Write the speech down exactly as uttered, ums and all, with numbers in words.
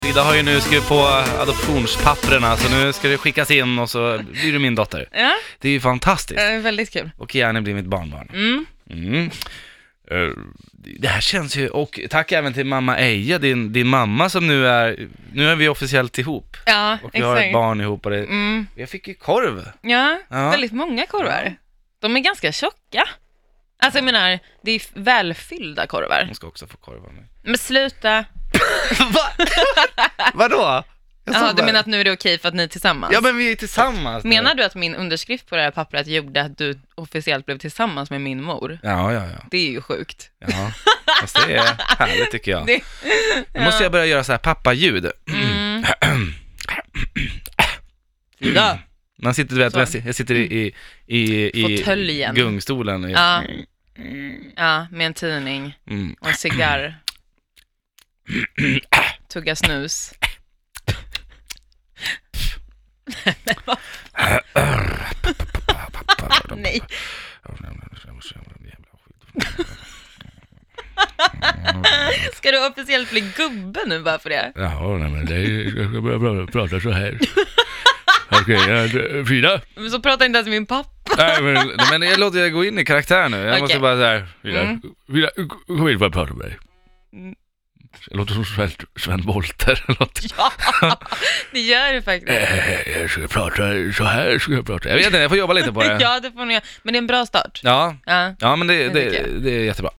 Ida har ju nu skrivit på adoptionspapperna, så nu ska det skickas in och så blir du min dotter. Ja. Det är ju fantastiskt. Det är väldigt kul. Och gärna blir mitt barnbarn. Mm. Mm. Uh, det här känns ju, och tack även till mamma Eija, din, din mamma som nu är, nu är vi officiellt ihop. Ja, och vi exakt. har ett barn ihop och det, Mm. jag fick ju korv. Ja, Ja. väldigt många korvar. De är ganska tjocka. Alltså jag menar, det är välfyllda korvar. Hon ska också få korv av mig. Men sluta. Va? Vadå? Ja, du menar att nu är det okej för att ni är tillsammans? Ja, men vi är tillsammans. Menar du att min underskrift på det här pappret gjorde att du officiellt blev tillsammans med min mor? Ja, ja, ja. Det är ju sjukt. Ja, fast det är härligt tycker jag. Det... Nu måste jag börja göra så här pappaljud. Mm. Ja. Man sitter, du vet, Så. jag jag sitter i, i, i, Fåtöljen. i gungstolen. Och Ja. Ja, med en tidning mm. och en cigarr. Tugga snus. Nej. Ska du officiellt bli gubbe nu bara för det? Ja, nej, men det är, jag ska börja prata så här. Okej, okay, Frida. Så pratar inte ens min pappa. Nej, men, men jag låter jag gå in i karaktär nu. Jag Okej. måste bara så här, Frida, Mm. Frida, kom in för att prata med dig. Mm. Jag låter som Sven, Sven Wollter. Ja, det gör du faktiskt. Eh, Jag ska prata så här, ska jag prata. Jag vet inte, jag får jobba lite på det. Ja, det får ni göra. Men det är en bra start. Ja, Ja. ja men det, Det det, tycker jag. det är jättebra.